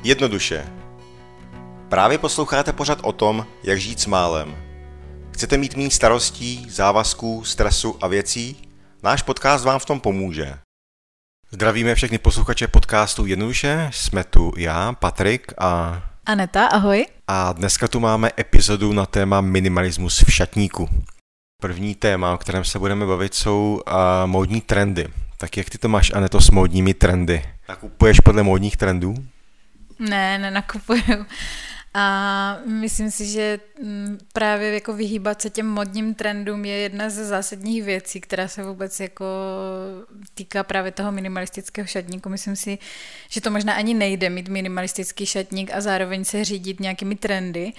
Jednoduše. Právě posloucháte pořad o tom, jak žít s málem. Chcete mít méně starostí, závazků, stresu a věcí? Náš podcast vám v tom pomůže. Zdravíme všechny posluchače podcastu Jednoduše, jsme tu já, Patrik a Aneta, ahoj. A dneska tu máme epizodu na téma minimalismus v šatníku. První téma, o kterém se budeme bavit, jsou módní trendy. Tak jak ty to máš, Aneto, s módními trendy? Nakupuješ podle módních trendů? Ne, nenakupuju. A myslím si, že právě jako vyhýbat se těm modním trendům je jedna ze zásadních věcí, která se vůbec jako týká právě toho minimalistického šatníku. Myslím si, že to možná ani nejde mít minimalistický šatník a zároveň se řídit nějakými trendy,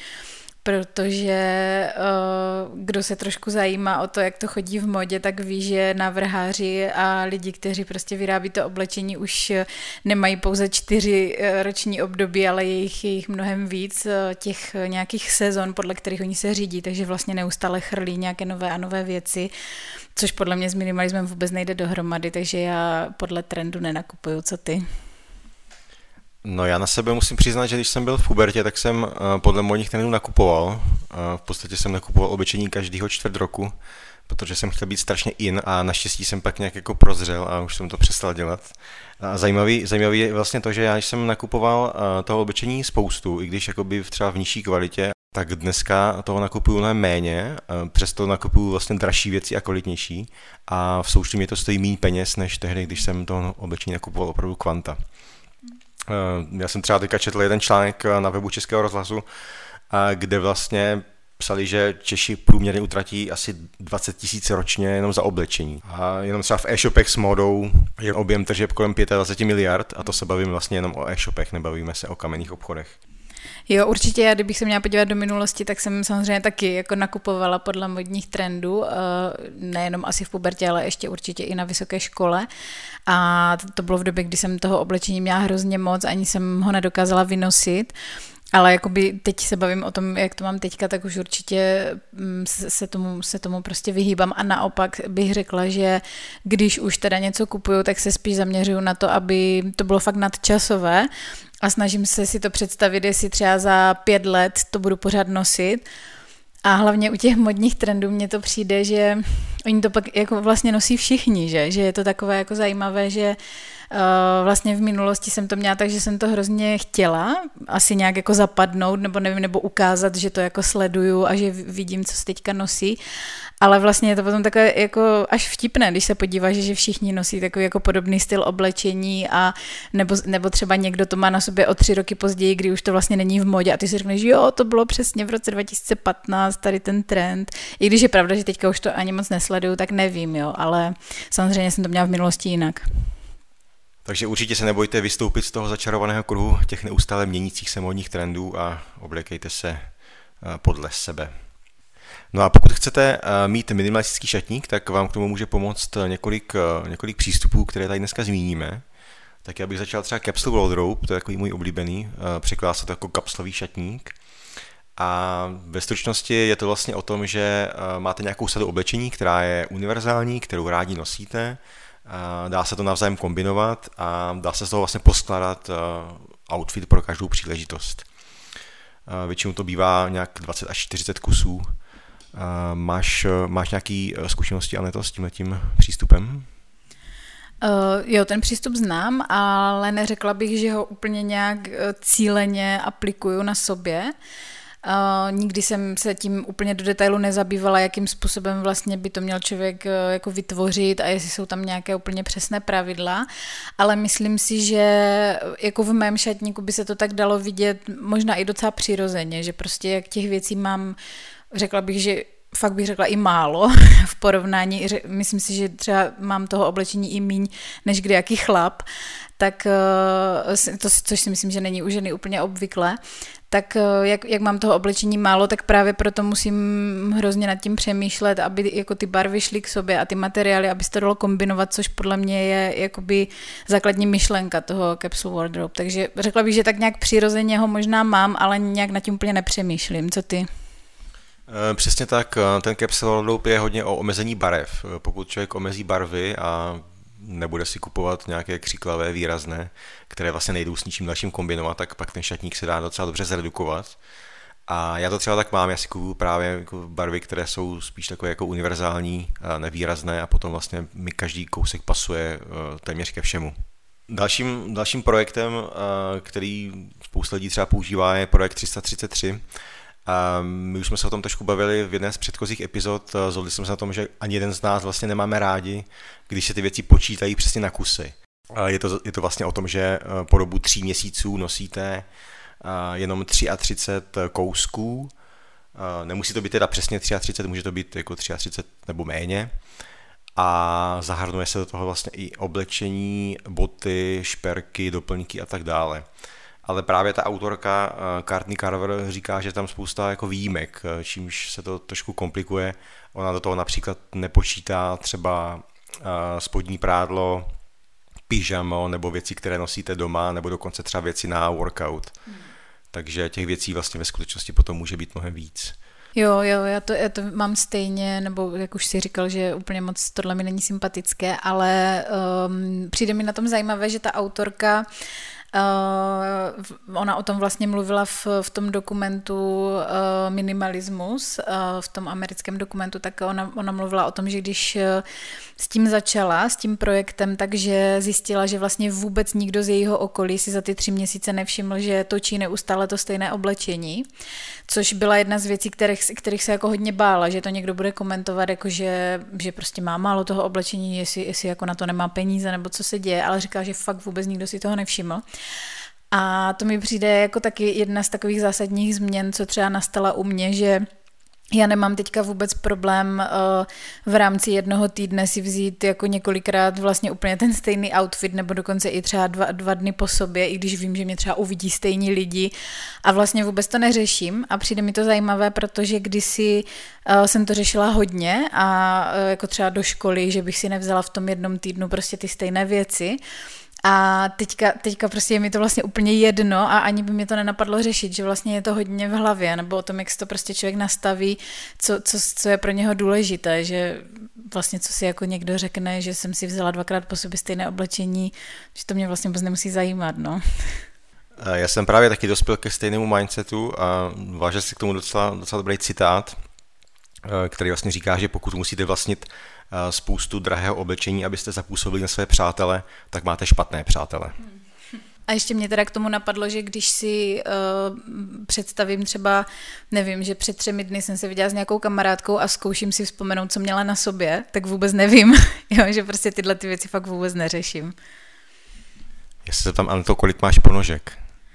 protože kdo se trošku zajímá o to, jak to chodí v modě, tak ví, že návrháři a lidi, kteří prostě vyrábí to oblečení, už nemají pouze 4 roční období, ale je jich mnohem víc, těch nějakých sezon, podle kterých oni se řídí, takže vlastně neustále chrlí nějaké nové a nové věci, což podle mě s minimalismem vůbec nejde dohromady, takže já podle trendu nenakupuju. Co ty? No já na sebe musím přiznat, že když jsem byl v pubertě, tak jsem podle módních trendů nakupoval. V podstatě jsem nakupoval oblečení každýho čtvrt roku, protože jsem chtěl být strašně in a naštěstí jsem pak nějak jako prozřel a už jsem to přestal dělat. A zajímavý je vlastně to, že já když jsem nakupoval toho oblečení spoustu, i když jakoby třeba v nižší kvalitě, tak dneska toho nakupuju mnohem méně, přesto nakupuju vlastně dražší věci a kvalitnější a v součtu mě to stojí méně peněz, než tehdy, když jsem toho oblečení nakupoval opravdu kvanta. Já jsem třeba teďka četl jeden článek na webu Českého rozhlasu, kde vlastně psali, že Češi průměrně utratí asi 20 000 ročně jenom za oblečení. A jenom třeba v e-shopech s módou je objem tržeb kolem 25 miliard a to se bavíme vlastně jenom o e-shopech, nebavíme se o kamenných obchodech. Jo, určitě já, kdybych se měla podívat do minulosti, tak jsem samozřejmě taky jako nakupovala podle modních trendů, nejenom asi v pubertě, ale ještě určitě i na vysoké škole. A to bylo v době, kdy jsem toho oblečení měla hrozně moc, ani jsem ho nedokázala vynosit. Ale jakoby teď se bavím o tom, jak to mám teďka, tak už určitě se tomu prostě vyhýbám a naopak bych řekla, že když už teda něco kupuju, tak se spíš zaměřuju na to, aby to bylo fakt nadčasové a snažím se si to představit, jestli třeba za 5 let to budu pořád nosit. A hlavně u těch modních trendů mně to přijde, že oni to pak jako vlastně nosí všichni, že je to takové jako zajímavé, že vlastně v minulosti jsem to měla tak, že jsem to hrozně chtěla asi nějak jako zapadnout, nebo nevím, nebo ukázat, že to jako sleduju a že vidím, co se teďka nosí, ale vlastně je to potom takové jako až vtipné, když se podíváš, že všichni nosí takový jako podobný styl oblečení a nebo třeba někdo to má na sobě o 3 roky později, kdy už to vlastně není v modě a ty si řekneš, jo, to bylo přesně v roce 2015, tady ten trend, i když je pravda, že teďka už to ani moc nesleduju, tak nevím, jo, ale samozřejmě jsem to měla v minulosti jinak. Takže určitě se nebojte vystoupit z toho začarovaného kruhu těch neustále měnících se módních trendů a oblekejte se podle sebe. No a pokud chcete mít minimalistický šatník, tak vám k tomu může pomoct několik přístupů, které tady dneska zmíníme. Tak já bych začal třeba capsule wardrobe, to je takový můj oblíbený, překládá se to jako kapslový šatník. A ve stručnosti je to vlastně o tom, že máte nějakou sadu oblečení, která je univerzální, kterou rádi nosíte, dá se to navzájem kombinovat a dá se z toho vlastně poskládat outfit pro každou příležitost. Většinou to bývá nějak 20 až 40 kusů. Máš nějaké zkušenosti, Aneto, s tímhletím přístupem? Jo, ten přístup znám, ale neřekla bych, že ho úplně nějak cíleně aplikuju na sobě. Nikdy jsem se tím úplně do detailu nezabývala, jakým způsobem vlastně by to měl člověk jako vytvořit a jestli jsou tam nějaké úplně přesné pravidla, ale myslím si, že jako v mém šatníku by se to tak dalo vidět možná i docela přirozeně, že prostě jak těch věcí mám, řekla bych, že fakt bych řekla i málo v porovnání, myslím si, že třeba mám toho oblečení i míň než kdejaký chlap, tak což si myslím, že není u ženy úplně obvyklé, tak jak mám toho oblečení málo, tak právě proto musím hrozně nad tím přemýšlet, aby jako ty barvy šly k sobě a ty materiály, aby se to dalo kombinovat, což podle mě je jakoby základní myšlenka toho capsule wardrobe. Takže řekla bych, že tak nějak přirozeně ho možná mám, ale nějak nad tím úplně nepřemýšlím. Co ty? Přesně tak, ten capsule wardrobe je hodně o omezení barev. Pokud člověk omezí barvy a nebude si kupovat nějaké křiklavé výrazné, které vlastně nejdou s ničím dalším kombinovat, tak pak ten šatník se dá docela dobře zredukovat. A já to třeba tak mám, já si kupuju právě jako barvy, které jsou spíš takové jako univerzální, nevýrazné a potom vlastně mi každý kousek pasuje téměř ke všemu. Dalším projektem, který spousta lidí třeba používá, je projekt 333. My už jsme se o tom trošku bavili v jedné z předchozích epizod, zhodli jsme se na tom, že ani jeden z nás vlastně nemáme rádi, když se ty věci počítají přesně na kusy. Je to vlastně o tom, že po dobu 3 měsíců nosíte jenom 33 kousků. Nemusí to být teda přesně 33, může to být jako 33 nebo méně. A zahrnuje se do toho vlastně i oblečení, boty, šperky, doplňky a tak dále. Ale právě ta autorka Courtney Carver říká, že tam spousta jako výjimek, čímž se to trošku komplikuje. Ona do toho například nepočítá třeba spodní prádlo, pyžamo nebo věci, které nosíte doma, nebo dokonce třeba věci na workout. Takže těch věcí vlastně ve skutečnosti potom může být mnohem víc. Jo, já to mám stejně, nebo jak už si říkal, že úplně moc tohle mi není sympatické, ale přijde mi na tom zajímavé, že ta autorka ona o tom vlastně mluvila v tom dokumentu Minimalismus, v tom americkém dokumentu, tak ona mluvila o tom, že když s tím začala, s tím projektem, takže zjistila, že vlastně vůbec nikdo z jejího okolí si za ty 3 měsíce nevšiml, že točí neustále to stejné oblečení, což byla jedna z věcí, kterých se jako hodně bála, že to někdo bude komentovat, jako že prostě má málo toho oblečení, jestli jako na to nemá peníze, nebo co se děje, ale říká, že fakt vůbec nikdo si toho nevšiml. A to mi přijde jako taky jedna z takových zásadních změn, co třeba nastala u mě, že já nemám teďka vůbec problém v rámci jednoho týdne si vzít jako několikrát vlastně úplně ten stejný outfit, nebo dokonce i třeba dva dny po sobě, i když vím, že mě třeba uvidí stejní lidi a vlastně vůbec to neřeším a přijde mi to zajímavé, protože kdysi jsem to řešila hodně a jako třeba do školy, že bych si nevzala v tom jednom týdnu prostě ty stejné věci. A teďka prostě je mi to vlastně úplně jedno a ani by mě to nenapadlo řešit, že vlastně je to hodně v hlavě, nebo o tom, jak si to prostě člověk nastaví, co je pro něho důležité, že vlastně co si jako někdo řekne, že jsem si vzala 2krát po sobě stejné oblečení, že to mě vlastně vůbec nemusí zajímat, no. Já jsem právě taky dospěl ke stejnému mindsetu a vážil si k tomu docela dobrý citát, který vlastně říká, že pokud musíte vlastnit spoustu drahého oblečení, abyste zapůsobili na své přátele, tak máte špatné přátele. A ještě mě teda k tomu napadlo, že když si představím třeba, nevím, že před 3 dny jsem se viděla s nějakou kamarádkou a zkouším si vzpomenout, co měla na sobě, tak vůbec nevím, jo, že prostě tyhle ty věci fakt vůbec neřeším. Já se zeptám, Anto, kolik máš ponožek?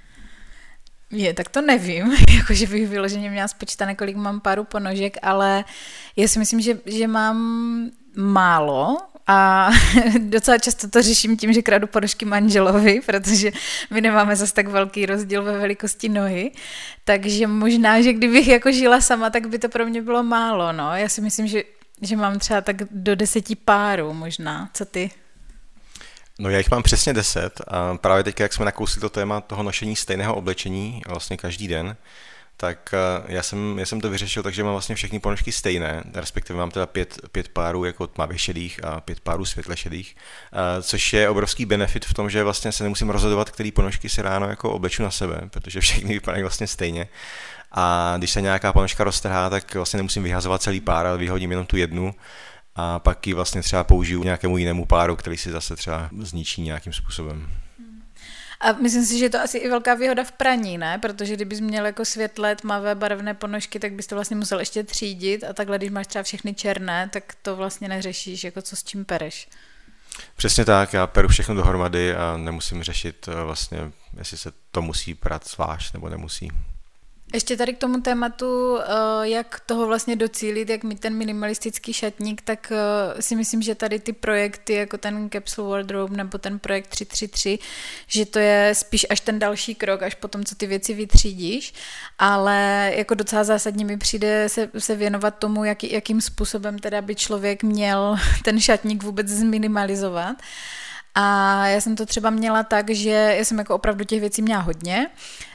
Tak to nevím, jakože bych vyloženě měla spočítat, kolik mám páru ponožek, ale já si myslím, že mám málo a docela často to řeším tím, že kradu ponožky manželovi, protože my nemáme zas tak velký rozdíl ve velikosti nohy, takže možná, že kdybych jako žila sama, tak by to pro mě bylo málo, no. Já si myslím, že mám třeba tak do 10 párů možná. Co ty? No já jich mám přesně 10 a právě teď, jak jsme nakousli to téma toho nošení stejného oblečení vlastně každý den, tak já jsem to vyřešil, takže mám vlastně všechny ponožky stejné, respektive mám teda 5 párů jako tmavě šedých a 5 párů světle šedých, což je obrovský benefit v tom, že vlastně se nemusím rozhodovat, který ponožky si ráno jako obleču na sebe, protože všechny vypadají vlastně stejně. A když se nějaká ponožka roztrhá, tak vlastně nemusím vyhazovat celý pár, ale vyhodím jenom tu jednu. A pak ji vlastně třeba použiju nějakému jinému páru, který si zase třeba zničí nějakým způsobem. A myslím si, že je to asi i velká výhoda v praní, ne? Protože kdybys měl jako světlé, tmavé, barevné ponožky, tak bys to vlastně musel ještě třídit a takhle, když máš třeba všechny černé, tak to vlastně neřešíš, jako co s čím pereš. Přesně tak, já peru všechno dohromady a nemusím řešit vlastně, jestli se to musí prát zvlášť nebo nemusí. Ještě tady k tomu tématu, jak toho vlastně docílit, jak mít ten minimalistický šatník, tak si myslím, že tady ty projekty, jako ten Capsule Wardrobe nebo ten projekt 333, že to je spíš až ten další krok, až potom, co ty věci vytřídíš, ale jako docela zásadně mi přijde se věnovat tomu, jakým způsobem teda by člověk měl ten šatník vůbec zminimalizovat. A já jsem to třeba měla tak, že já jsem jako opravdu těch věcí měla hodně,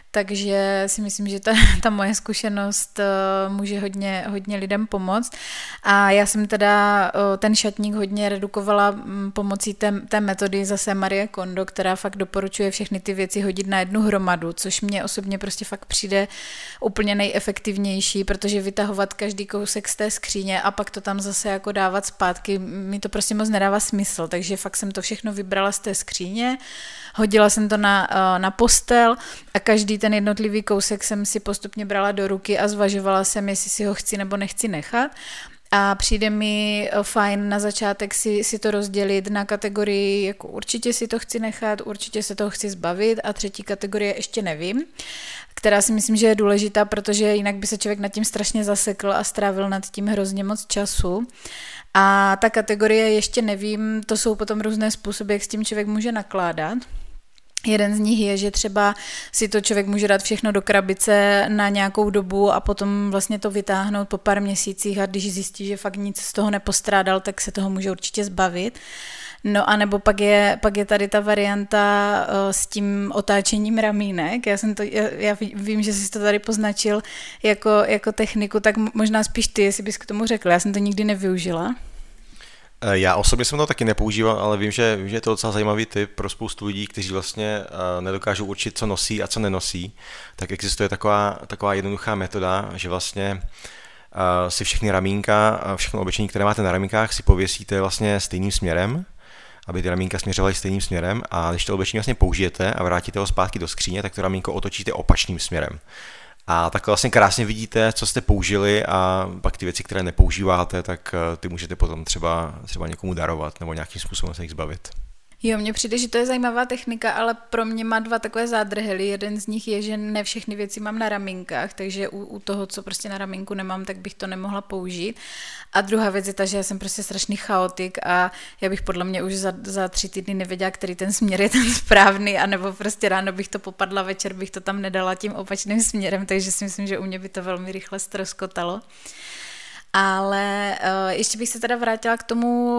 takže si myslím, že ta moje zkušenost může hodně lidem pomoct. A já jsem teda ten šatník hodně redukovala pomocí té metody zase Marie Kondo, která fakt doporučuje všechny ty věci hodit na jednu hromadu, což mě osobně prostě fakt přijde úplně nejefektivnější, protože vytahovat každý kousek z té skříně a pak to tam zase jako dávat zpátky, mi to prostě moc nedává smysl, takže fakt jsem to všechno vybrala z té skříně, hodila jsem to na postel a každý ten jednotlivý kousek jsem si postupně brala do ruky a zvažovala jsem, jestli si ho chci nebo nechci nechat. A přijde mi fajn na začátek si to rozdělit na kategorii, jako určitě si to chci nechat, určitě se toho chci zbavit a třetí kategorie ještě nevím, která si myslím, že je důležitá, protože jinak by se člověk nad tím strašně zasekl a strávil nad tím hrozně moc času. A ta kategorie ještě nevím, to jsou potom různé způsoby, jak s tím člověk může nakládat. Jeden z nich je, že třeba si to člověk může dát všechno do krabice na nějakou dobu a potom vlastně to vytáhnout po pár měsících a když zjistí, že fakt nic z toho nepostrádal, tak se toho může určitě zbavit. No a nebo pak je tady ta varianta s tím otáčením ramínek. Já vím, že jsi to tady poznačil jako techniku, tak možná spíš ty, jestli bys k tomu řekl. Já jsem to nikdy nevyužila. Já osobně jsem to taky nepoužíval, ale vím, že je to docela zajímavý tip pro spoustu lidí, kteří vlastně nedokážou určit, co nosí a co nenosí. Tak existuje taková jednoduchá metoda, že vlastně si všechny ramínka, všechno oblečení, které máte na ramínkách, si pověsíte vlastně stejným směrem, aby ty ramínka směřovaly stejným směrem a když to oblečení vlastně použijete a vrátíte ho zpátky do skříně, tak to ramínko otočíte opačným směrem. A tak vlastně krásně vidíte, co jste použili a pak ty věci, které nepoužíváte, tak ty můžete potom třeba někomu darovat nebo nějakým způsobem se jich zbavit. Jo, mně přijde, že to je zajímavá technika, ale pro mě má dva takové zádrhely. Jeden z nich je, že ne všechny věci mám na ramínkách, takže u toho, co prostě na ramínku nemám, tak bych to nemohla použít. A druhá věc je ta, že já jsem prostě strašný chaotik a já bych podle mě už za 3 týdny nevěděla, který ten směr je ten správný, anebo prostě ráno bych to popadla, večer bych to tam nedala tím opačným směrem, takže si myslím, že u mě by to velmi rychle ztroskotalo. Ale ještě bych se teda vrátila k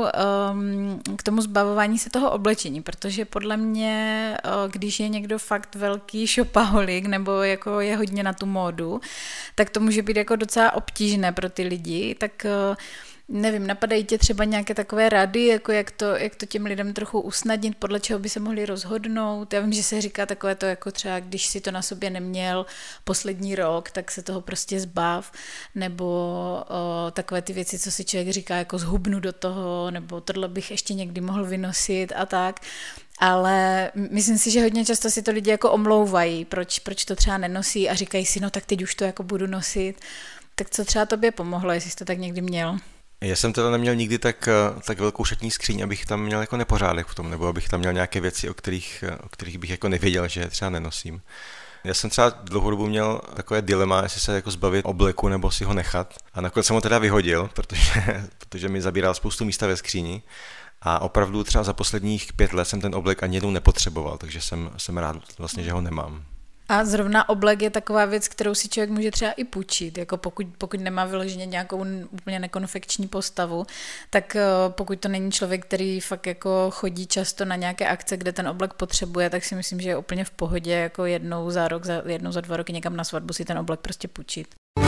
tomu zbavování se toho oblečení, protože podle mě, když je někdo fakt velký šopaholik nebo jako je hodně na tu módu, tak to může být jako docela obtížné pro ty lidi, tak nevím, napadají tě třeba nějaké takové rady, jako jak to těm lidem trochu usnadnit, podle čeho by se mohli rozhodnout. Já vím, že se říká takové to, jako třeba když si to na sobě neměl poslední rok, tak se toho prostě zbav, nebo takové ty věci, co si člověk říká, jako zhubnu do toho, nebo tohle bych ještě někdy mohl vynosit a tak. Ale myslím si, že hodně často si to lidi jako omlouvají, proč to třeba nenosí a říkají si, no tak teď už to jako budu nosit. Tak co třeba tobě pomohlo, jestli jsi to tak někdy měl? Já jsem teda neměl nikdy tak velkou šatní skříň, abych tam měl jako nepořádek v tom, nebo abych tam měl nějaké věci, o kterých bych jako nevěděl, že třeba nenosím. Já jsem třeba dlouhou dobu měl takové dilema, jestli se jako zbavit obleku nebo si ho nechat. A nakonec jsem ho teda vyhodil, protože mi zabíral spoustu místa ve skříni. A opravdu třeba za posledních 5 let jsem ten oblek ani jednou nepotřeboval, takže jsem rád vlastně, že ho nemám. A zrovna oblek je taková věc, kterou si člověk může třeba i půjčit, jako pokud nemá vyloženě nějakou úplně nekonfekční postavu, tak pokud to není člověk, který fakt jako chodí často na nějaké akce, kde ten oblek potřebuje, tak si myslím, že je úplně v pohodě jako jednou za rok, jednou za 2 roky někam na svatbu si ten oblek prostě půjčit.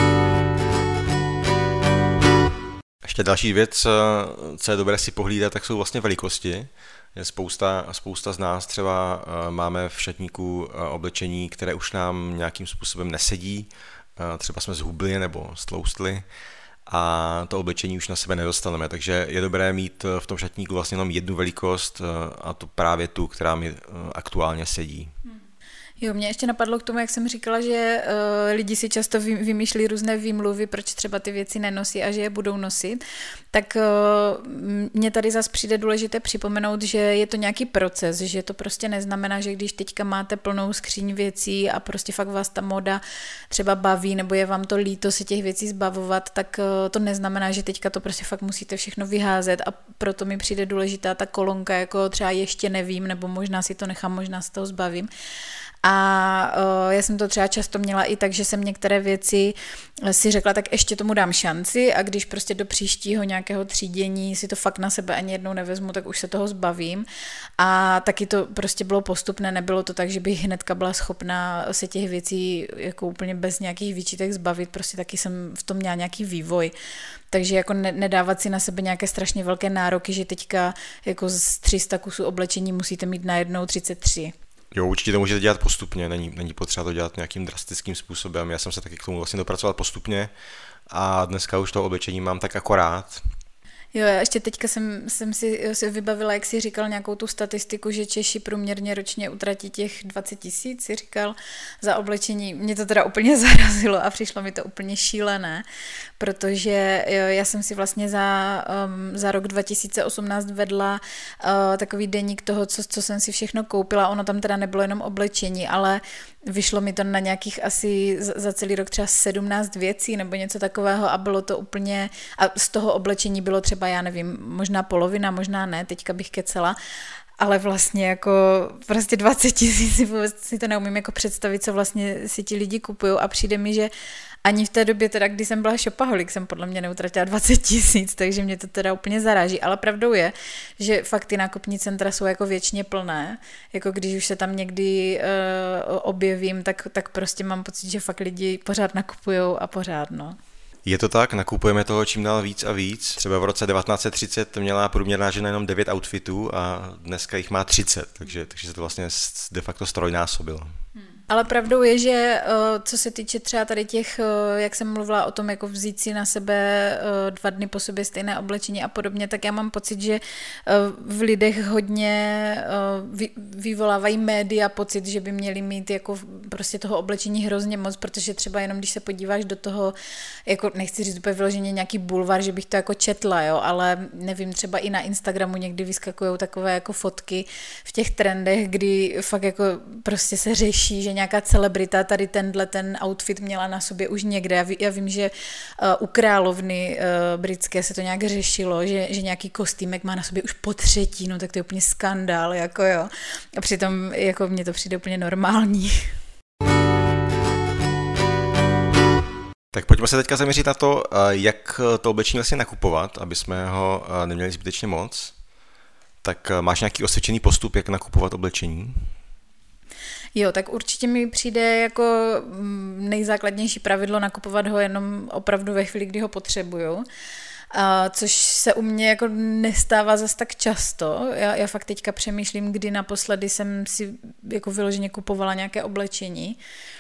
Ještě další věc, co je dobré si pohlídat, tak jsou vlastně velikosti. Spousta z nás třeba máme v šatníku oblečení, které už nám nějakým způsobem nesedí, třeba jsme zhubli nebo stloustli a to oblečení už na sebe nedostaneme, takže je dobré mít v tom šatníku vlastně jenom jednu velikost a to právě tu, která mi aktuálně sedí. Jo, mě ještě napadlo k tomu, jak jsem říkala, že lidi si často vymýšlí různé výmluvy, proč třeba ty věci nenosí a že je budou nosit, tak mně tady zase přijde důležité připomenout, že je to nějaký proces, že to prostě neznamená, že když teďka máte plnou skříň věcí a prostě fakt vás ta móda třeba baví nebo je vám to líto se těch věcí zbavovat, tak to neznamená, že teďka to prostě fakt musíte všechno vyházet a proto mi přijde důležitá ta kolonka, jako třeba ještě nevím, nebo možná si to nechám, možná se toho zbavím. A já jsem to třeba často měla i tak, že jsem některé věci si řekla, tak ještě tomu dám šanci a když prostě do příštího nějakého třídění si to fakt na sebe ani jednou nevezmu, tak už se toho zbavím. A taky to prostě bylo postupné, nebylo to tak, že bych hnedka byla schopná se těch věcí jako úplně bez nějakých výčitek zbavit, prostě taky jsem v tom měla nějaký vývoj. Takže jako nedávat si na sebe nějaké strašně velké nároky, že teďka jako z 300 kusů oblečení musíte mít najednou 33. Jo, určitě to můžete dělat postupně, není potřeba to dělat nějakým drastickým způsobem. Já jsem se taky k tomu vlastně dopracoval postupně a dneska už to oblečení mám tak akorát. Jo, já ještě teďka jsem si vybavila, jak jsi říkal nějakou tu statistiku, že Češi průměrně ročně utratí těch 20 000, si říkal, za oblečení. Mě to teda úplně zarazilo a přišlo mi to úplně šílené, protože já jsem si vlastně za rok 2018 vedla takový deník toho, co jsem si všechno koupila. Ono tam teda nebylo jenom oblečení, ale vyšlo mi to na nějakých asi za celý rok třeba 17 věcí nebo něco takového a bylo to úplně, a z toho oblečení bylo třeba, já nevím, možná polovina, možná ne, teďka bych kecela, ale vlastně jako prostě 20 000 si to neumím jako představit, co vlastně si ti lidi kupují a přijde mi, že ani v té době teda, kdy jsem byla shopaholic, jsem podle mě neutratila 20 000, takže mě to teda úplně zaráží. Ale pravdou je, že fakt ty nákupní centra jsou jako věčně plné. Jako když už se tam někdy objevím, tak prostě mám pocit, že fakt lidi pořád nakupujou a pořád, no. Je to tak, nakupujeme toho čím dál víc a víc. Třeba v roce 1930 měla průměrná žena jenom 9 outfitů a dneska jich má 30, takže se to vlastně de facto strojnásobilo. Ale pravdou je, že co se týče třeba tady těch, jak jsem mluvila o tom, jako vzít si na sebe 2 dny po sobě stejné oblečení a podobně, tak já mám pocit, že v lidech hodně vyvolávají média pocit, že by měli mít jako prostě toho oblečení hrozně moc, protože třeba jenom když se podíváš do toho, jako nechci říct úplně vyloženě nějaký bulvár, že bych to jako četla, jo, ale nevím, třeba i na Instagramu někdy vyskakují takové jako fotky v těch trendech, kdy fakt jako prostě se řeší, že nějaká celebrita tady ten outfit měla na sobě už někde. Já vím, že u královny britské se to nějak řešilo, že nějaký kostýmek má na sobě už po 3, no tak to je úplně skandál, jako jo. A přitom jako mně to přijde úplně normální. Tak pojďme se teďka zaměřit na to, jak to oblečení vlastně nakupovat, aby jsme ho neměli zbytečně moc. Tak máš nějaký osvědčený postup, jak nakupovat oblečení? Jo, tak určitě mi přijde jako nejzákladnější pravidlo nakupovat ho jenom opravdu ve chvíli, kdy ho potřebuju. Což se u mě jako nestává zas tak často. Já fakt teďka přemýšlím, kdy naposledy jsem si jako vyloženě kupovala nějaké oblečení.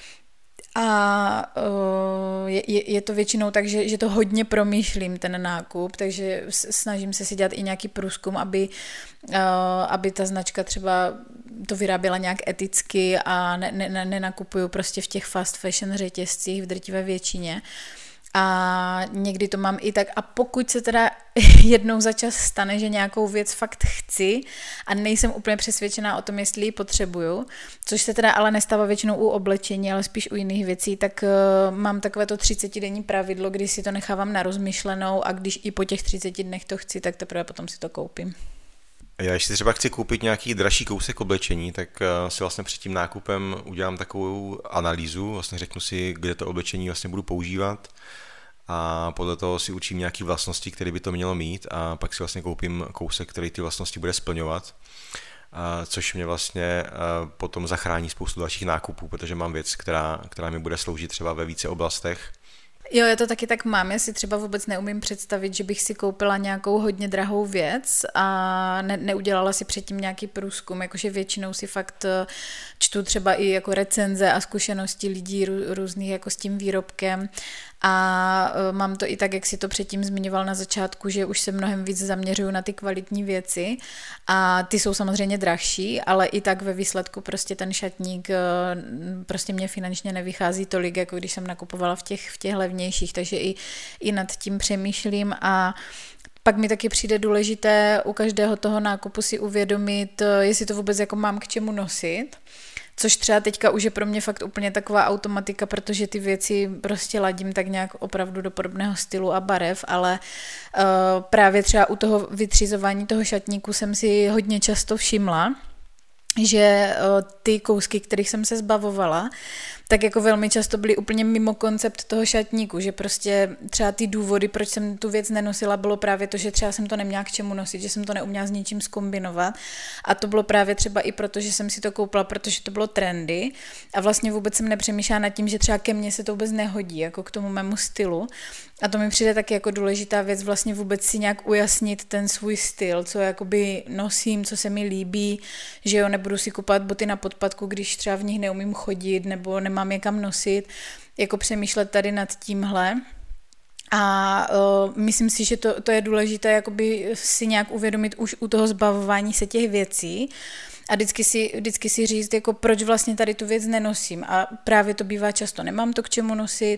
A je to většinou tak, že to hodně promýšlím, ten nákup, takže snažím se si dělat i nějaký průzkum, aby ta značka třeba to vyráběla nějak eticky a nenakupuju prostě v těch fast fashion řetězcích v drtivé většině. A někdy to mám i tak. A pokud se teda jednou za čas stane, že nějakou věc fakt chci a nejsem úplně přesvědčená o tom, jestli ji potřebuju, což se teda ale nestává většinou u oblečení, ale spíš u jiných věcí, tak mám takové to 30denní pravidlo, kdy si to nechávám na rozmyšlenou a když i po těch 30 dnech to chci, tak teprve potom si to koupím. Já ještě třeba chci koupit nějaký dražší kousek oblečení, tak si vlastně před tím nákupem udělám takovou analýzu, vlastně řeknu si, kde to oblečení vlastně budu používat a podle toho si učím nějaké vlastnosti, které by to mělo mít a pak si vlastně koupím kousek, který ty vlastnosti bude splňovat, což mě vlastně potom zachrání spoustu dalších nákupů, protože mám věc, která mi bude sloužit třeba ve více oblastech. Jo, já to taky tak mám. Já si třeba vůbec neumím představit, že bych si koupila nějakou hodně drahou věc a neudělala si předtím nějaký průzkum, jakože většinou si fakt čtu třeba i jako recenze a zkušenosti lidí různých jako s tím výrobkem a mám to i tak, jak si to předtím zmiňoval na začátku, že už se mnohem víc zaměřuju na ty kvalitní věci a ty jsou samozřejmě drahší, ale i tak ve výsledku prostě ten šatník prostě mě finančně nevychází tolik, jako když jsem nakupovala v těch levnějších, takže i nad tím přemýšlím a pak mi taky přijde důležité u každého toho nákupu si uvědomit, jestli to vůbec jako mám k čemu nosit, což třeba teďka už je pro mě fakt úplně taková automatika, protože ty věci prostě ladím tak nějak opravdu do podobného stylu a barev, ale právě třeba u toho vytřizování toho šatníku jsem si hodně často všimla, že ty kousky, kterých jsem se zbavovala, tak jako velmi často byly úplně mimo koncept toho šatníku, že prostě třeba ty důvody, proč jsem tu věc nenosila, bylo právě to, že třeba jsem to neměla k čemu nosit, že jsem to neuměla s ničím zkombinovat a to bylo právě třeba i proto, že jsem si to koupila, protože to bylo trendy a vlastně vůbec jsem nepřemýšlela nad tím, že třeba ke mně se to vůbec nehodí, jako k tomu mému stylu a to mi přijde taky jako důležitá věc vlastně vůbec si nějak ujasnit ten svůj styl, co jakoby nosím, co se mi líbí, že jo, nebudu si kupovat boty na podpatku, když třeba v nich neumím chodit nebo nemám je kam nosit, jako přemýšlet tady nad tímhle. A myslím si, že to je důležité jakoby si nějak uvědomit už u toho zbavování se těch věcí a vždycky si říct, jako proč vlastně tady tu věc nenosím a právě to bývá často, nemám to k čemu nosit,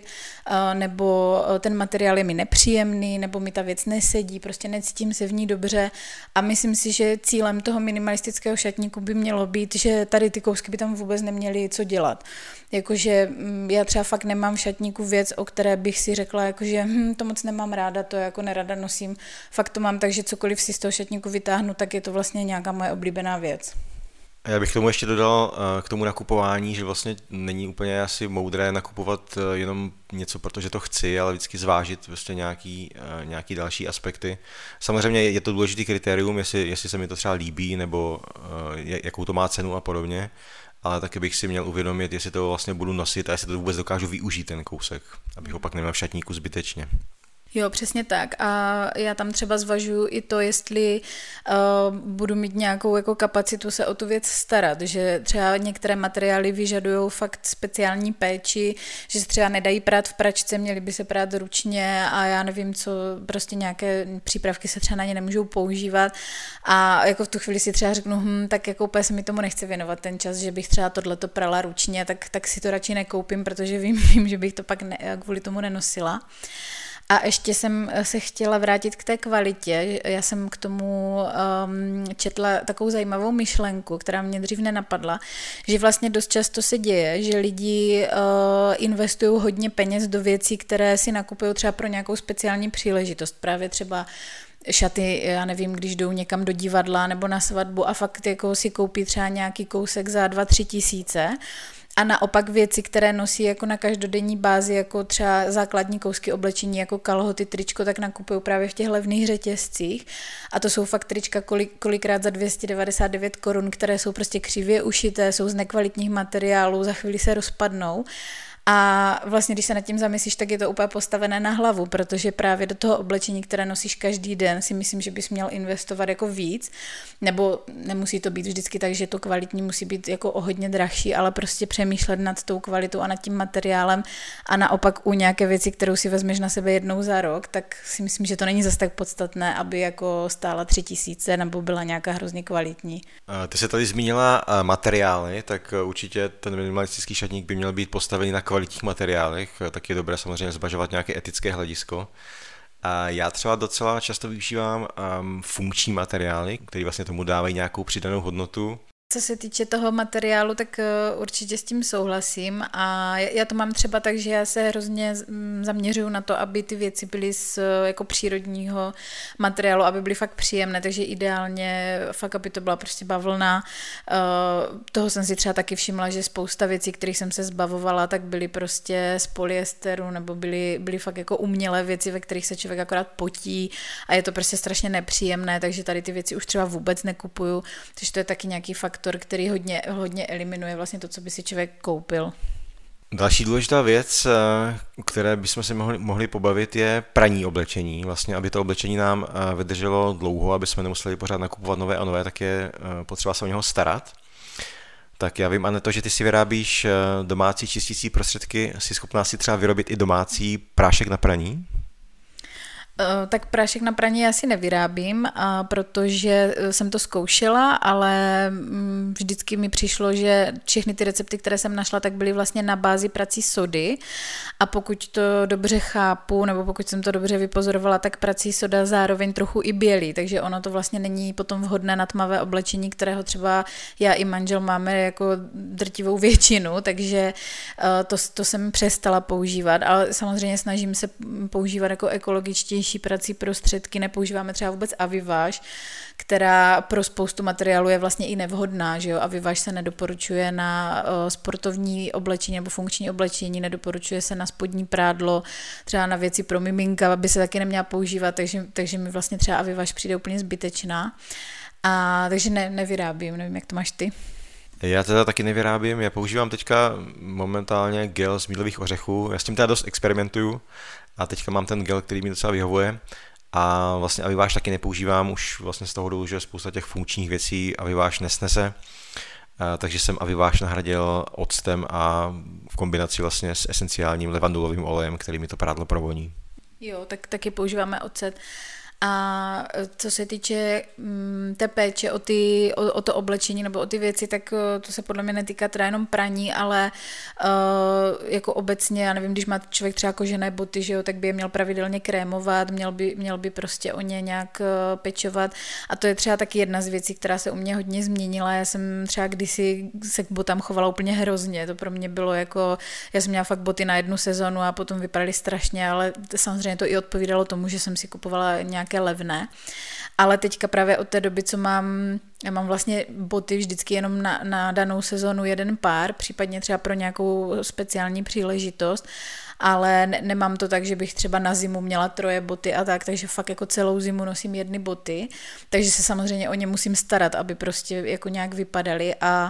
nebo ten materiál je mi nepříjemný, nebo mi ta věc nesedí, prostě necítím se v ní dobře a myslím si, že cílem toho minimalistického šatníku by mělo být, že tady ty kousky by tam vůbec neměly co dělat. Jakože já třeba fakt nemám v šatníku věc, o které bych si řekla, jakože to moc nemám ráda, to jako nerada nosím, fakt to mám tak, že cokoliv si z toho šatníku vytáhnu, tak je to vlastně nějaká moje oblíbená věc. Já bych k tomu ještě dodal k tomu nakupování, že vlastně není úplně asi moudré nakupovat jenom něco, protože to chci, ale vždycky zvážit prostě nějaký další aspekty. Samozřejmě je to důležitý kritérium, jestli se mi to třeba líbí, nebo jakou to má cenu a podobně, ale taky bych si měl uvědomit, jestli to vlastně budu nosit a jestli to vůbec dokážu využít ten kousek, abych ho pak neměl v šatníku zbytečně. Jo, přesně tak. A já tam třeba zvažuji i to, jestli budu mít nějakou jako kapacitu se o tu věc starat, že třeba některé materiály vyžadují fakt speciální péči, že se třeba nedají prát v pračce, měly by se prát ručně a já nevím co, prostě nějaké přípravky se třeba na ně nemůžou používat a jako v tu chvíli si třeba řeknu, tak jako úplně se mi tomu nechce věnovat ten čas, že bych třeba tohleto prala ručně, tak si to radši nekoupím, protože vím, že bych to pak kvůli tomu nenosila. A ještě jsem se chtěla vrátit k té kvalitě. Já jsem k tomu četla takovou zajímavou myšlenku, která mě dřív nenapadla, že vlastně dost často se děje, že lidi investují hodně peněz do věcí, které si nakupují třeba pro nějakou speciální příležitost. Právě třeba šaty, já nevím, když jdou někam do divadla nebo na svatbu a fakt jako si koupí třeba nějaký kousek za 2-3 tisíce. A naopak věci, které nosí jako na každodenní bázi, jako třeba základní kousky oblečení, jako kalhoty, tričko, tak nakupují právě v těch levných řetězcích. A to jsou fakt trička kolikrát za 299 korun, které jsou prostě křivě ušité, jsou z nekvalitních materiálů, za chvíli se rozpadnou. A vlastně, když se nad tím zamyslíš, tak je to úplně postavené na hlavu, protože právě do toho oblečení, které nosíš každý den, si myslím, že bys měl investovat jako víc, nebo nemusí to být vždycky tak, že to kvalitní musí být jako o hodně drahší, ale prostě přemýšlet nad tou kvalitou a nad tím materiálem a naopak u nějaké věci, kterou si vezmeš na sebe jednou za rok, tak si myslím, že to není zas tak podstatné, aby jako stála 3 000 nebo byla nějaká hrozně kvalitní. Ty se tady zmínila materiály, tak určitě ten minimalistický šatník by měl být postavený na kvalitních materiálech, tak je dobré samozřejmě zvažovat nějaké etické hledisko. A já třeba docela často využívám funkční materiály, které vlastně tomu dávají nějakou přidanou hodnotu. Co se týče toho materiálu, tak určitě s tím souhlasím a já to mám třeba tak, že já se hrozně zaměřuju na to, aby ty věci byly z jako přírodního materiálu, aby byly fakt příjemné, takže ideálně fakt, aby to byla prostě bavlna. Toho jsem si třeba taky všimla, že spousta věcí, kterých jsem se zbavovala, tak byly prostě z polyesteru nebo byly fakt jako umělé věci, ve kterých se člověk akorát potí a je to prostě strašně nepříjemné, takže tady ty věci už třeba vůbec nekupuju, takže to je taky nějaký faktor, který hodně eliminuje vlastně to, co by si člověk koupil. Další důležitá věc, o které bychom se mohli pobavit, je praní oblečení. Vlastně, aby to oblečení nám vydrželo dlouho, aby jsme nemuseli pořád nakupovat nové a nové, tak je potřeba se o něho starat. Tak já vím, Aneto, že ty si vyrábíš domácí čistící prostředky, jsi schopná si třeba vyrobit i domácí prášek na praní? Tak prášek na praní já si nevyrábím, protože jsem to zkoušela, ale vždycky mi přišlo, že všechny ty recepty, které jsem našla, tak byly vlastně na bázi prací sody a pokud to dobře chápu, nebo pokud jsem to dobře vypozorovala, tak prací soda zároveň trochu i bělí, takže ono to vlastně není potom vhodné na tmavé oblečení, kterého třeba já i manžel máme jako drtivou většinu, takže to jsem přestala používat, ale samozřejmě snažím se používat jako ekologičtější čistější prací prostředky, nepoužíváme třeba vůbec Aviváž, která pro spoustu materiálu je vlastně i nevhodná, že jo, Aviváž se nedoporučuje na sportovní oblečení nebo funkční oblečení, nedoporučuje se na spodní prádlo, třeba na věci pro miminka, aby se taky neměla používat, takže mi vlastně třeba Aviváž přijde úplně zbytečná. A takže nevyrábím, nevím, jak to máš ty. Já teda taky nevyrábím, já používám teďka momentálně gel z mílových ořechů, já s tím teda dost experimentuju a teďka mám ten gel, který mi docela vyhovuje a vlastně Aviváž taky nepoužívám už vlastně z toho důvodu, že spousta těch funkčních věcí Aviváž nesnese, takže jsem Aviváž nahradil octem a v kombinaci vlastně s esenciálním levandulovým olejem, který mi to prádlo provoní. Jo, tak taky používáme ocet. A co se týče té péče o to oblečení nebo o ty věci, tak to se podle mě netýká teda jenom praní, ale jako obecně, já nevím, když má člověk třeba kožené boty, že jo, tak by je měl pravidelně krémovat, měl by prostě o ně nějak pečovat a to je třeba taky jedna z věcí, která se u mě hodně změnila. Já jsem třeba kdysi se k botám chovala úplně hrozně, to pro mě bylo jako, já jsem měla fakt boty na jednu sezonu a potom vypadaly strašně, ale samozřejmě to i odpovídalo tomu, že jsem si kupovala nějaké levné, ale teďka právě od té doby, já mám vlastně boty vždycky jenom na danou sezonu jeden pár, případně třeba pro nějakou speciální příležitost, ale nemám to tak, že bych třeba na zimu měla 3 boty a tak, takže fakt jako celou zimu nosím 1 boty, takže se samozřejmě o ně musím starat, aby prostě jako nějak vypadaly a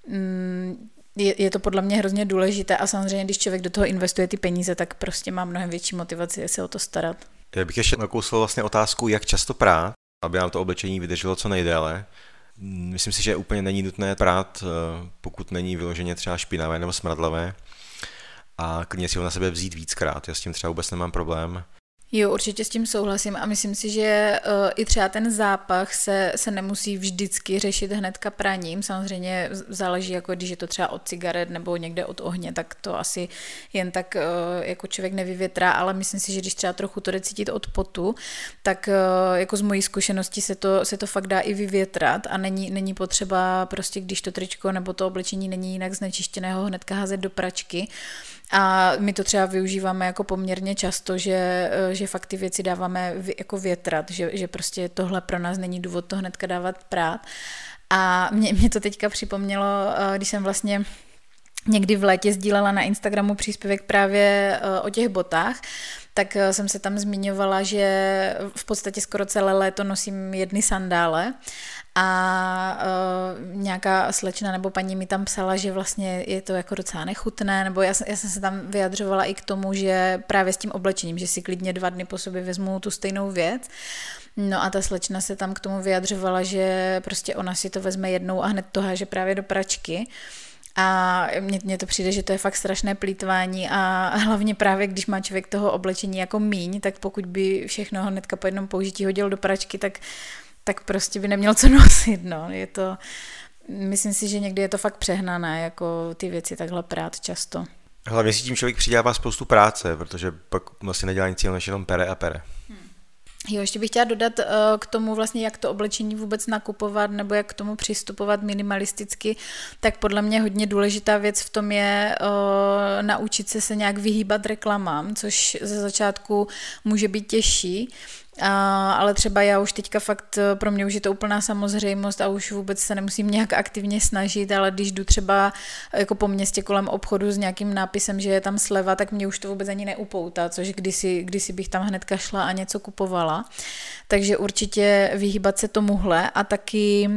je to podle mě hrozně důležité a samozřejmě, když člověk do toho investuje ty peníze, tak prostě má mnohem větší motivaci se o to starat. Já bych ještě nakousl vlastně otázku, jak často prát, aby nám to oblečení vydrželo co nejdéle. Myslím si, že úplně není nutné prát, pokud není vyloženě třeba špinavé nebo smradlavé. A klidně si ho na sebe vzít víckrát, já s tím třeba vůbec nemám problém. Jo, určitě s tím souhlasím a myslím si, že i třeba ten zápach se nemusí vždycky řešit hnedka praním. Samozřejmě záleží, jako když je to třeba od cigaret nebo někde od ohně, tak to asi jen tak jako člověk nevyvětrá, ale myslím si, že když třeba trochu to jde cítit od potu, tak jako z mojí zkušenosti se to fakt dá i vyvětrat a není potřeba prostě, když to tričko nebo to oblečení není jinak znečištěného, hnedka házet do pračky. A my to třeba využíváme jako poměrně často, že fakt ty věci dáváme jako větrat, že prostě tohle pro nás není důvod to hnedka dávat prát. A mě to teďka připomnělo, když jsem vlastně někdy v létě sdílela na Instagramu příspěvek právě o těch botách, tak jsem se tam zmiňovala, že v podstatě skoro celé léto nosím 1 sandále a nějaká slečna nebo paní mi tam psala, že vlastně je to jako docela nechutné, nebo já jsem se tam vyjadřovala i k tomu, že právě s tím oblečením, že si klidně 2 dny po sobě vezmu tu stejnou věc. No a ta slečna se tam k tomu vyjadřovala, že prostě ona si to vezme jednou a hned to háže právě do pračky. A mně to přijde, že to je fakt strašné plýtvání a hlavně právě, když má člověk toho oblečení jako míň, tak pokud by všechno hnedka po jednom použití hodil do pračky, tak prostě by neměl co nosit, no. Myslím si, že někdy je to fakt přehnané, jako ty věci takhle prát často. Hlavně si tím člověk přidává spoustu práce, protože pak vlastně nedělá nic jiného, než jenom pere a pere. Jo, ještě bych chtěla dodat k tomu vlastně, jak to oblečení vůbec nakupovat nebo jak k tomu přistupovat minimalisticky, tak podle mě hodně důležitá věc v tom je naučit se nějak vyhýbat reklamám, což ze začátku může být těžší, ale třeba já už teďka fakt, pro mě už je to úplná samozřejmost a už vůbec se nemusím nějak aktivně snažit, ale když jdu třeba jako po městě kolem obchodu s nějakým nápisem, že je tam sleva, tak mě už to vůbec ani neupoutá, což kdysi bych tam hnedka šla a něco kupovala. Takže určitě vyhýbat se tomuhle a taky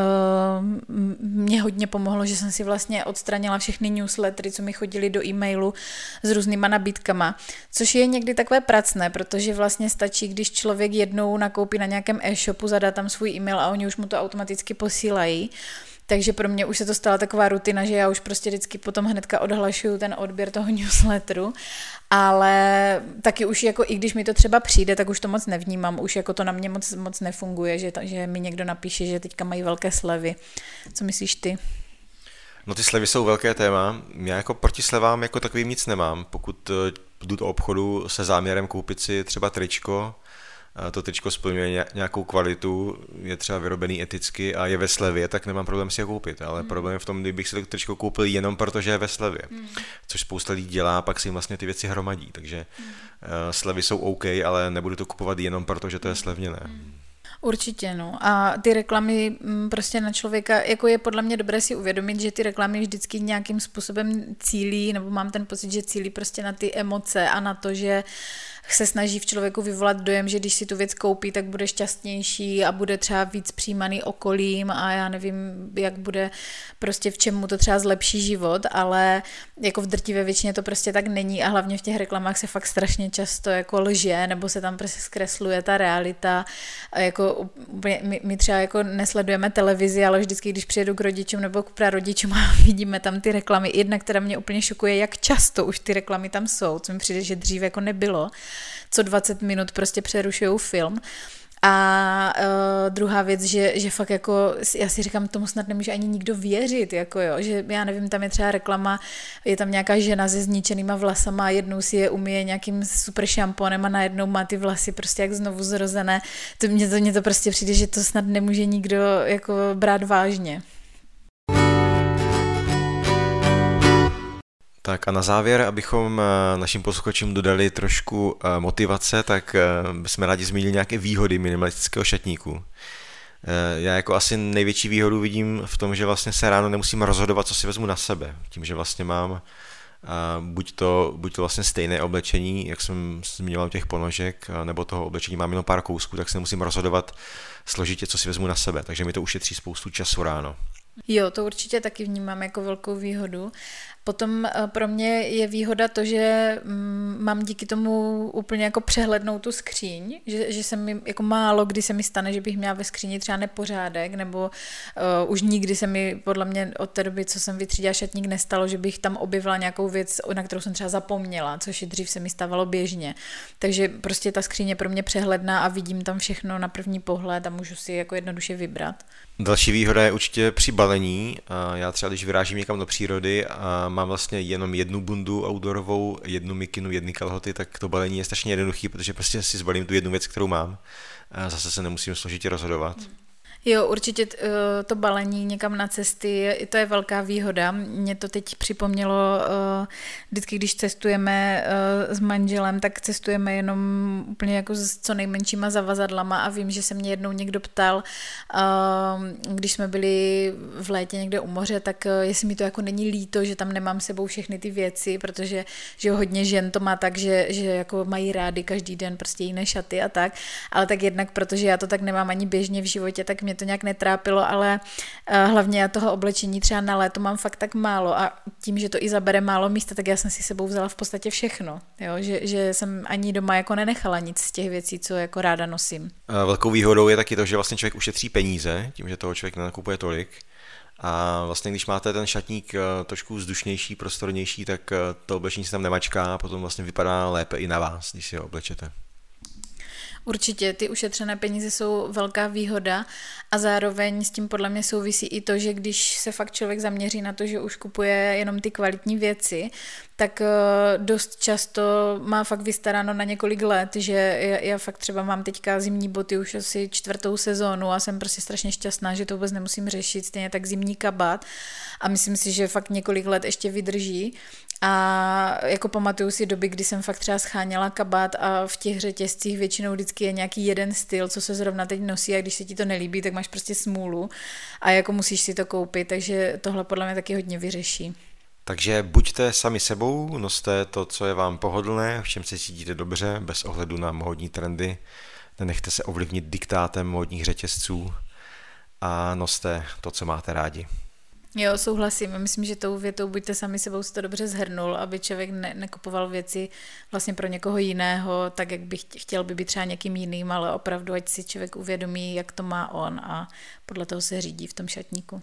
mě hodně pomohlo, že jsem si vlastně odstranila všechny newslettery, co mi chodily do e-mailu s různýma nabídkama, což je někdy takové pracné, protože vlastně stačí, když člověk jednou nakoupí na nějakém e-shopu, zadá tam svůj e-mail a oni už mu to automaticky posílají. Takže pro mě už se to stala taková rutina, že já už prostě vždycky potom hnedka odhlašuju ten odběr toho newsletteru, ale taky už jako i když mi to třeba přijde, tak už to moc nevnímám, už jako to na mě moc nefunguje, že mi někdo napíše, že teďka mají velké slevy. Co myslíš ty? No ty slevy jsou velké téma, já jako proti slevám jako takovým nic nemám, pokud jdu do obchodu se záměrem koupit si třeba tričko to tričko splňuje nějakou kvalitu, je třeba vyrobený eticky a je ve slevě, tak nemám problém si ho koupit, ale problém je v tom, kdybych si to tričko koupil jenom protože je ve slevě, což spousta lidí dělá, pak si jim vlastně ty věci hromadí, takže slevy jsou OK, ale nebudu to kupovat jenom protože to je slevněné. Určitě, no. A ty reklamy prostě na člověka, jako je podle mě dobré si uvědomit, že ty reklamy vždycky nějakým způsobem cílí, nebo mám ten pocit, že cílí prostě na ty emoce a na to, že se snaží v člověku vyvolat dojem, že když si tu věc koupí, tak bude šťastnější a bude třeba víc přijímaný okolím a já nevím, jak bude prostě v čem mu to třeba zlepší život, ale jako v drtivé většině to prostě tak není a hlavně v těch reklamách se fakt strašně často jako lže, nebo se tam prostě zkresluje ta realita. A jako my třeba jako nesledujeme televizi, ale vždycky, když přijedu k rodičům nebo k prarodičům a vidíme tam ty reklamy, jedna, která mě úplně šokuje, jak často už ty reklamy tam jsou, co mi přijde, že dřív jako nebylo. Co 20 minut prostě přerušujou film. A druhá věc, že fakt jako, já si říkám, tomu snad nemůže ani nikdo věřit, jako jo, že já nevím, tam je třeba reklama, je tam nějaká žena se zničenýma vlasama a jednou si je umyje nějakým super šamponem a najednou má ty vlasy prostě jak znovu zrozené. Mně to prostě přijde, že to snad nemůže nikdo jako brát vážně. Tak a na závěr, abychom našim posluchačům dodali trošku motivace, tak bychom rádi zmínili nějaké výhody minimalistického šatníku. Já jako asi největší výhodu vidím v tom, že vlastně se ráno nemusím rozhodovat, co si vezmu na sebe. Tím, že vlastně mám buď to vlastně stejné oblečení, jak jsem zmiňoval těch ponožek, nebo toho oblečení mám jenom pár kousků, tak se nemusím rozhodovat složitě, co si vezmu na sebe. Takže mi to ušetří spoustu času ráno. Jo, to určitě taky vnímám jako velkou výhodu. Potom pro mě je výhoda to, že mám díky tomu úplně jako přehlednou tu skříň, že se mi jako málo kdy se mi stane, že bych měla ve skříni třeba nepořádek, nebo už nikdy se mi podle mě od té doby, co jsem vytřídila šatník, nestalo, že bych tam objevila nějakou věc, na kterou jsem třeba zapomněla, což i dřív se mi stávalo běžně. Takže prostě ta skříň je pro mě přehledná a vidím tam všechno na první pohled a můžu si jako jednoduše vybrat. Další výhoda je určitě při balení. Já třeba, když vyrážím někam do přírody a mám vlastně jenom jednu bundu outdoorovou, jednu mikinu, jedny kalhoty, tak to balení je strašně jednoduchý, protože prostě si zbalím tu jednu věc, kterou mám. A zase se nemusím složitě rozhodovat. Jo, určitě to balení někam na cesty, to je velká výhoda. Mě to teď připomnělo, vždycky, když cestujeme s manželem, tak cestujeme jenom úplně jako s co nejmenšíma zavazadlama a vím, že se mě jednou někdo ptal, když jsme byli v létě někde u moře, tak jestli mi to jako není líto, že tam nemám sebou všechny ty věci, protože že hodně žen to má tak, že jako mají rády každý den prostě jiné šaty a tak, ale tak jednak, protože já to tak nemám ani běžně v životě, tak mě to nějak netrápilo, ale hlavně já toho oblečení třeba na léto mám fakt tak málo a tím, že to i zabere málo místa, tak já jsem si sebou vzala v podstatě všechno, jo? Že jsem ani doma jako nenechala nic z těch věcí, co jako ráda nosím. Velkou výhodou je taky to, že vlastně člověk ušetří peníze, tím, že toho člověk nenakupuje tolik. A vlastně když máte ten šatník trošku vzdušnější, prostornější, tak to oblečení se tam nemačká a potom vlastně vypadá lépe i na vás, když si ho oblečete. Určitě, ty ušetřené peníze jsou velká výhoda a zároveň s tím podle mě souvisí i to, že když se fakt člověk zaměří na to, že už kupuje jenom ty kvalitní věci, tak dost často má fakt vystaráno na několik let, že já fakt třeba mám teďka zimní boty už asi 4. sezónu a jsem prostě strašně šťastná, že to vůbec nemusím řešit, stejně tak zimní kabát a myslím si, že fakt několik let ještě vydrží. A jako pamatuju si doby, kdy jsem fakt třeba scháněla kabát a v těch řetězcích většinou vždycky je nějaký jeden styl, co se zrovna teď nosí a když se ti to nelíbí, tak máš prostě smůlu a jako musíš si to koupit, takže tohle podle mě taky hodně vyřeší. Takže buďte sami sebou, noste to, co je vám pohodlné, v čem se cítíte dobře, bez ohledu na módní trendy, nenechte se ovlivnit diktátem módních řetězců a noste to, co máte rádi. Jo, souhlasím. Myslím, že tou větou buďte sami sebou si to dobře zhrnul, aby člověk nekupoval věci vlastně pro někoho jiného, tak jak by chtěl by být třeba někým jiným, ale opravdu, ať si člověk uvědomí, jak to má on a podle toho se řídí v tom šatníku.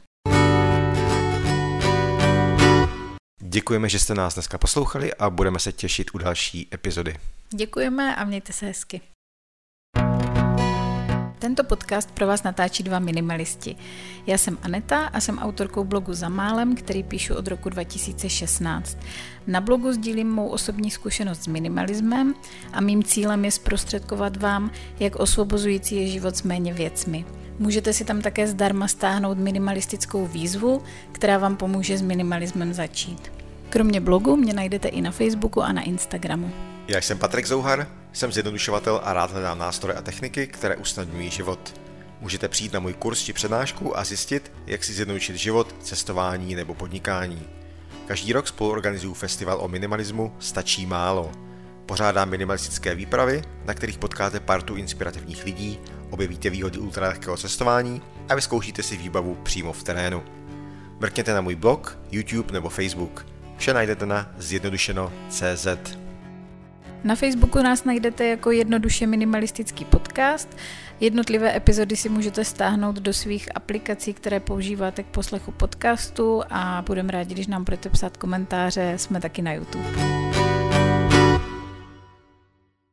Děkujeme, že jste nás dneska poslouchali a budeme se těšit u další epizody. Děkujeme a mějte se hezky. Tento podcast pro vás natáčí 2 minimalisti. Já jsem Aneta a jsem autorkou blogu Za málem, který píšu od roku 2016. Na blogu sdílím mou osobní zkušenost s minimalismem a mým cílem je zprostředkovat vám, jak osvobozující je život s méně věcmi. Můžete si tam také zdarma stáhnout minimalistickou výzvu, která vám pomůže s minimalismem začít. Kromě blogu mě najdete i na Facebooku a na Instagramu. Já jsem Patrik Zouhar, jsem zjednodušovatel a rád hledám nástroje a techniky, které usnadňují život. Můžete přijít na můj kurz či přednášku a zjistit, jak si zjednodušit život, cestování nebo podnikání. Každý rok spoluorganizuju festival o minimalismu Stačí málo. Pořádám minimalistické výpravy, na kterých potkáte partu inspirativních lidí, objevíte výhody ultralehkého cestování a vyzkoušíte si výbavu přímo v terénu. Mrkněte na můj blog, YouTube nebo Facebook. Vše najdete na zjednodušeno.cz. Na Facebooku nás najdete jako Jednoduše minimalistický podcast. Jednotlivé epizody si můžete stáhnout do svých aplikací, které používáte k poslechu podcastu a budeme rádi, když nám budete psát komentáře. Jsme taky na YouTube.